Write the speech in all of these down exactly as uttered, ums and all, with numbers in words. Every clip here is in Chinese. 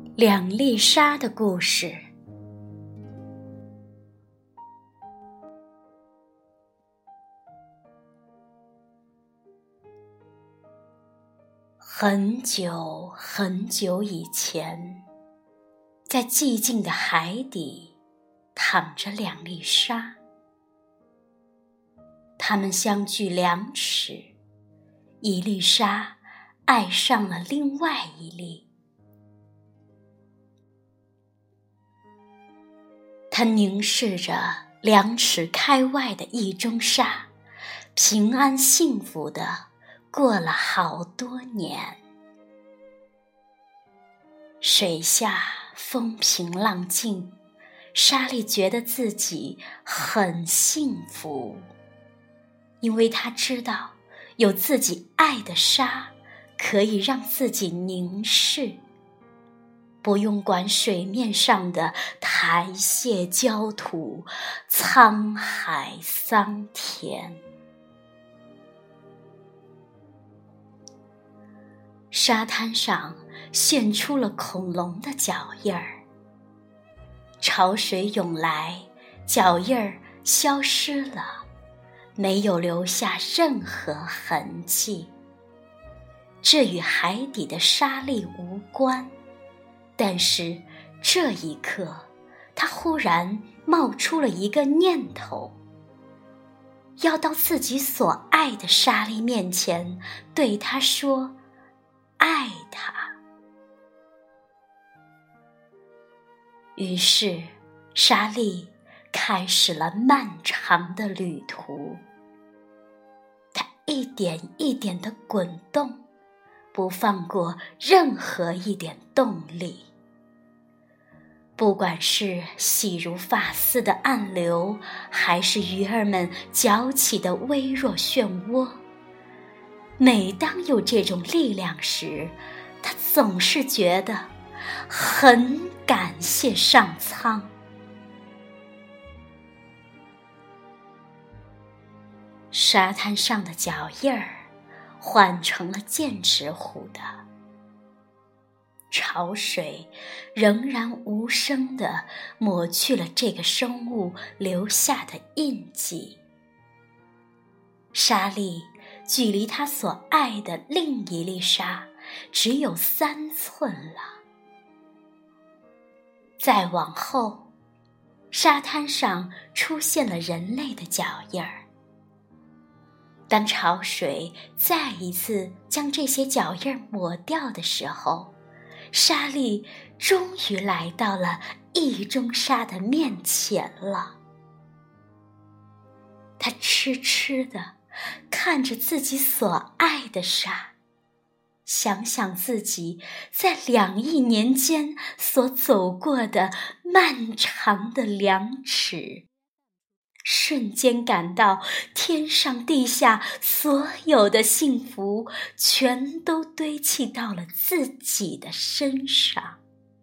两粒沙的故事。很久很久以前，在寂静的海底躺着两粒沙，它们相距两尺，一粒沙爱上了另外一粒。它凝视着两尺开外的一中沙，平安幸福地过了好多年。水下风平浪静，沙粒觉得自己很幸福，因为他知道有自己爱的沙可以让自己凝视，不用管水面上的台榭焦土、沧海桑田。沙滩上现出了恐龙的脚印儿，潮水涌来，脚印儿消失了，没有留下任何痕迹。这与海底的沙粒无关，但是这一刻，他忽然冒出了一个念头，要到自己所爱的沙粒面前，对他说爱他。于是沙粒开始了漫长的旅途，它一点一点地滚动，不放过任何一点动力。不管是细如发丝的暗流，还是鱼儿们搅起的微弱漩涡，每当有这种力量时，他总是觉得很感谢上苍。沙滩上的脚印儿换成了剑齿虎的，潮水仍然无声地抹去了这个生物留下的印记。沙粒距离他所爱的另一粒沙只有三寸了。再往后，沙滩上出现了人类的脚印儿。当潮水再一次将这些脚印儿抹掉的时候，沙粒终于来到了意中沙的面前了。他痴痴地看着自己所爱的沙，想想自己在两亿年间所走过的漫长的两尺，瞬间感到天上地下所有的幸福全都堆砌到了自己的身上。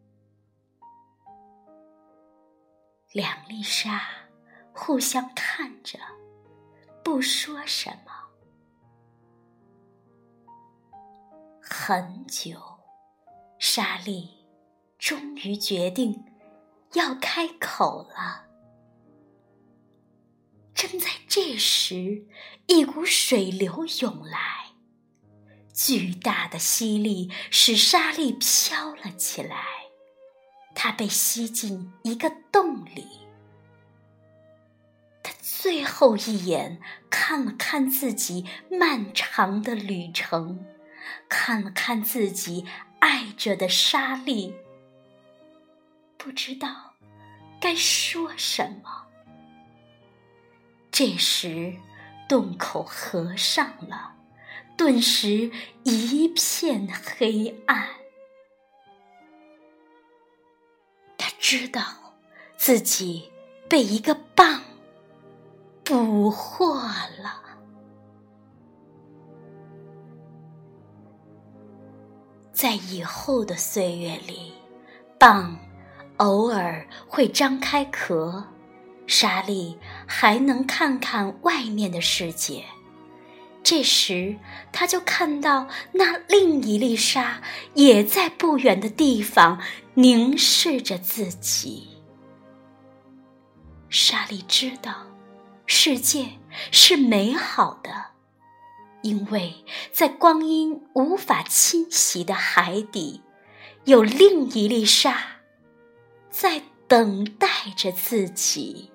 两粒沙互相看着，不说什么。很久，沙粒终于决定要开口了。正在这时，一股水流涌来，巨大的吸力使沙粒飘了起来，它被吸进一个洞里。他最后一眼看了看自己漫长的旅程，看了看自己爱着的沙粒，不知道该说什么。这时洞口合上了，顿时一片黑暗。他知道自己被一个蚌捕获了。在以后的岁月里，蚌偶尔会张开壳，沙粒还能看看外面的世界。这时他就看到那另一粒沙也在不远的地方凝视着自己。莎莉知道世界是美好的，因为在光阴无法侵袭的海底，有另一粒沙在等待着自己。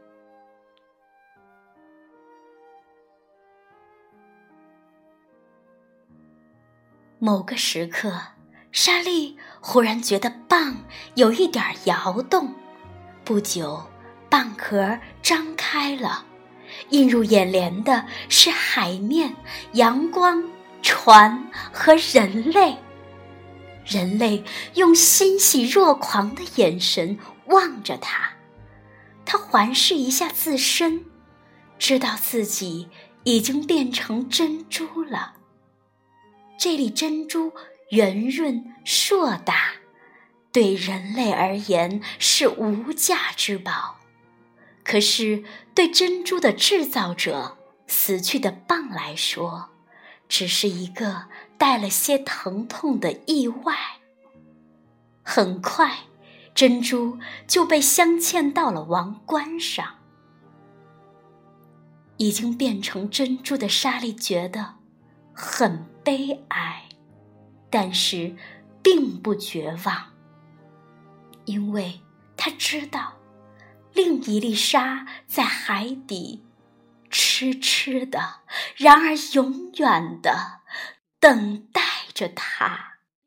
某个时刻，莎莉忽然觉得蚌有一点摇动，不久蚌壳张开了，映入眼帘的是海面、阳光、船和人类。人类用欣喜若狂的眼神望着他，他环视一下自身，知道自己已经变成珍珠了。这粒珍珠圆润硕大，对人类而言是无价之宝，可是对珍珠的制造者死去的蚌来说，只是一个带了些疼痛的意外。很快，珍珠就被镶嵌到了王冠上。已经变成珍珠的莎莉觉得很悲哀，但是并不绝望，因为她知道另一粒沙在海底痴痴的，然而永远的等待着她。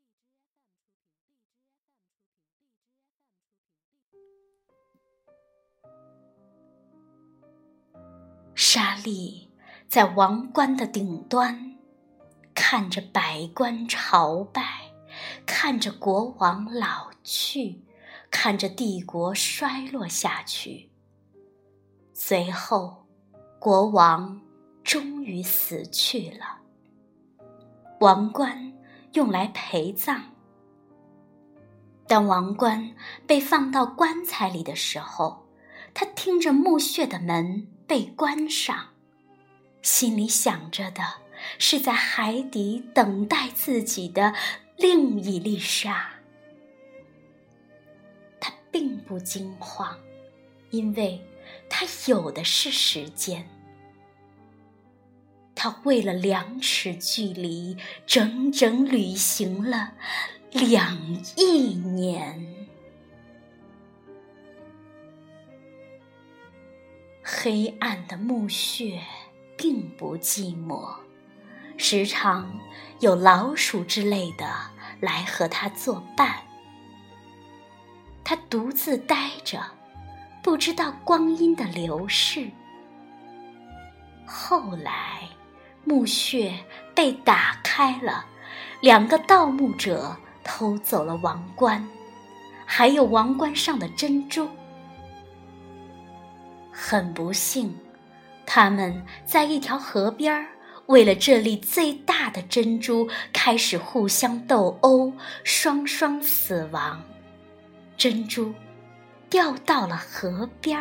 莎莉在王冠的顶端，看着百官朝拜，看着国王老去，看着帝国衰落下去。随后，国王终于死去了。王冠用来陪葬。当王冠被放到棺材里的时候，他听着墓穴的门被关上，心里想着的是在海底等待自己的另一粒沙。他并不惊慌，因为他有的是时间。他为了两尺距离，整整旅行了两亿年。黑暗的墓穴并不寂寞，时常有老鼠之类的来和他作伴。他独自呆着，不知道光阴的流逝。后来，墓穴被打开了，两个盗墓者偷走了王冠，还有王冠上的珍珠。很不幸，他们在一条河边，为了这粒最大的珍珠开始互相斗殴，双双死亡。珍珠掉到了河边，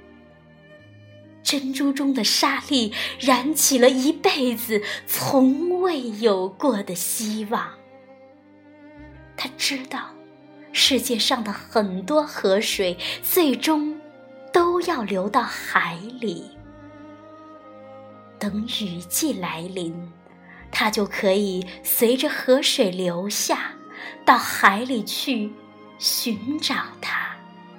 珍珠中的莎莉燃起了一辈子从未有过的希望。她知道世界上的很多河水最终都要流到海里，等雨季来临，它就可以随着河水流下，到海里去寻找它。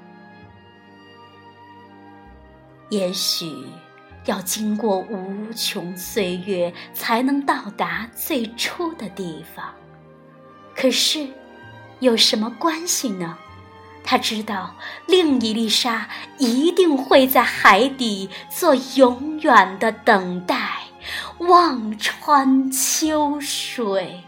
也许要经过无穷岁月才能到达最初的地方，可是有什么关系呢？他知道另一粒沙一定会在海底做永远的等待，望穿秋水。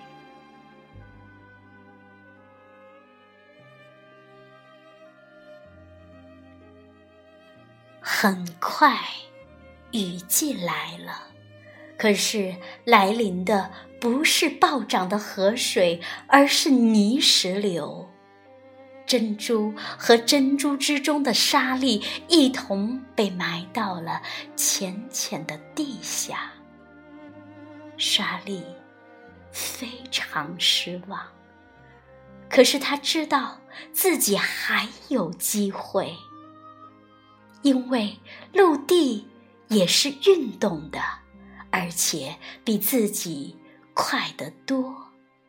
很快，雨季来了，可是来临的不是暴涨的河水，而是泥石流。珍珠和珍珠之中的沙粒一同被埋到了浅浅的地下。莎莉非常失望，可是她知道自己还有机会，因为陆地也是运动的，而且比自己快得多。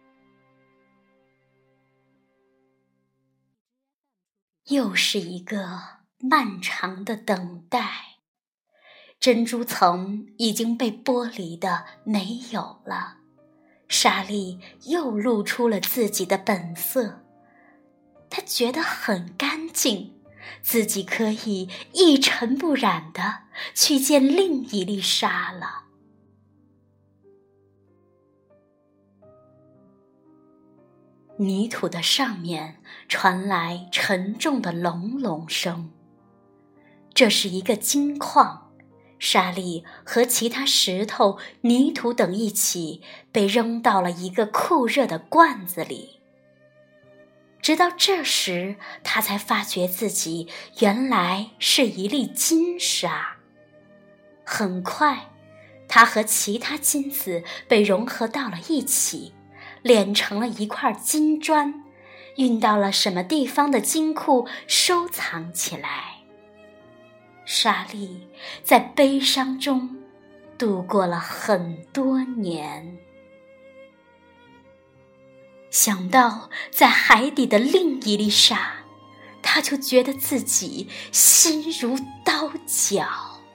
又是一个漫长的等待，珍珠层已经被剥离的没有了，莎莉又露出了自己的本色，她觉得很干净，自己可以一尘不染地去见另一粒沙了。泥土的上面传来沉重的隆隆声，这是一个金矿，沙粒和其他石头、泥土等一起被扔到了一个酷热的罐子里。直到这时，他才发觉自己原来是一粒金沙。很快，它和其他金子被融合到了一起，炼成了一块金砖，运到了什么地方的金库收藏起来。莎莉在悲伤中度过了很多年。想到在海底的另一粒沙，她就觉得自己心如刀绞。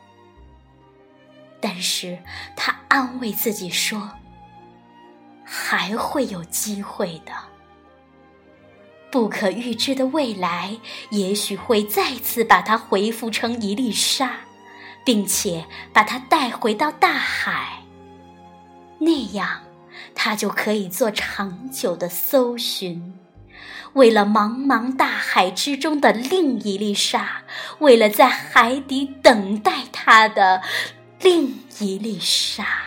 但是她安慰自己说，还会有机会的。不可预知的未来也许会再次把它恢复成一粒沙，并且把它带回到大海，那样它就可以做长久的搜寻，为了茫茫大海之中的另一粒沙，为了在海底等待它的另一粒沙。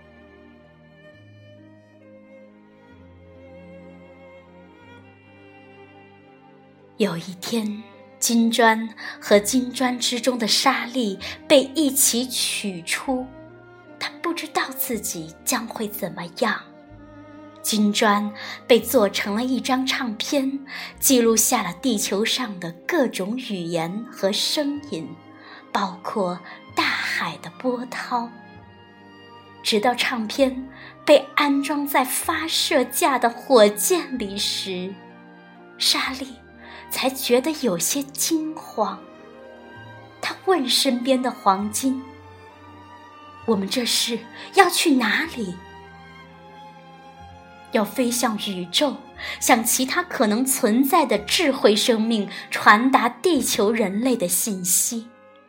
有一天，金砖和金砖之中的沙粒被一起取出，他不知道自己将会怎么样。金砖被做成了一张唱片，记录下了地球上的各种语言和声音，包括大海的波涛。直到唱片被安装在发射架的火箭里时，莎莉才觉得有些惊慌。他问身边的黄金，我们这是要去哪里？要飞向宇宙，向其他可能存在的智慧生命传达地球人类的信息。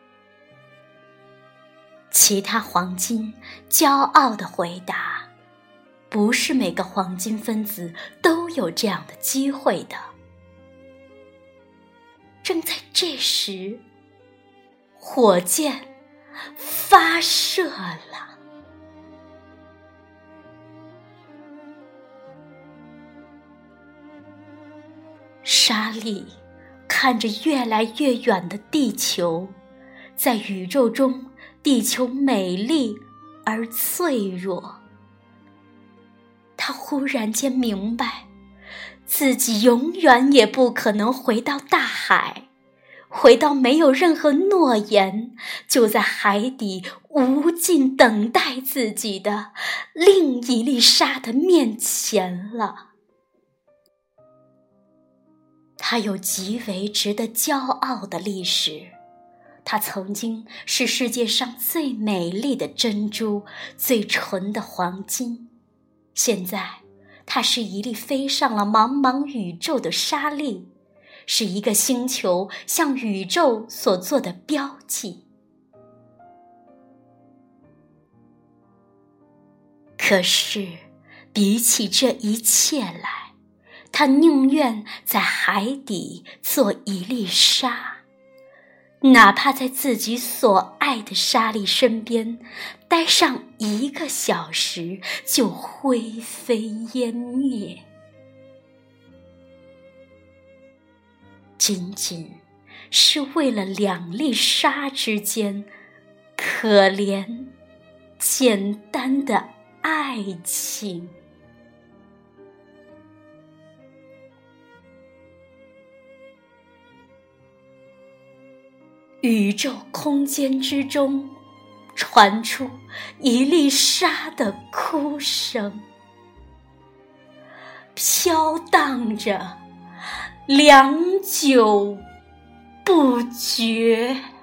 其他黄金骄傲地回答，不是每个黄金分子都有这样的机会的。正在这时，火箭发射了。莎莉看着越来越远的地球，在宇宙中，地球美丽而脆弱。她忽然间明白，自己永远也不可能回到大海，回到没有任何诺言，就在海底无尽等待自己的另一粒沙的面前了。他有极为值得骄傲的历史，他曾经是世界上最美丽的珍珠，最纯的黄金。现在它是一粒飞上了茫茫宇宙的沙粒，是一个星球向宇宙所做的标记。可是比起这一切来，他宁愿在海底做一粒沙，哪怕在自己所爱的沙粒身边待上一个小时就灰飞烟灭。仅仅是为了两粒沙之间可怜简单的爱情。 宇宙空间之中传出一粒沙的哭声，飘荡着，良久不绝。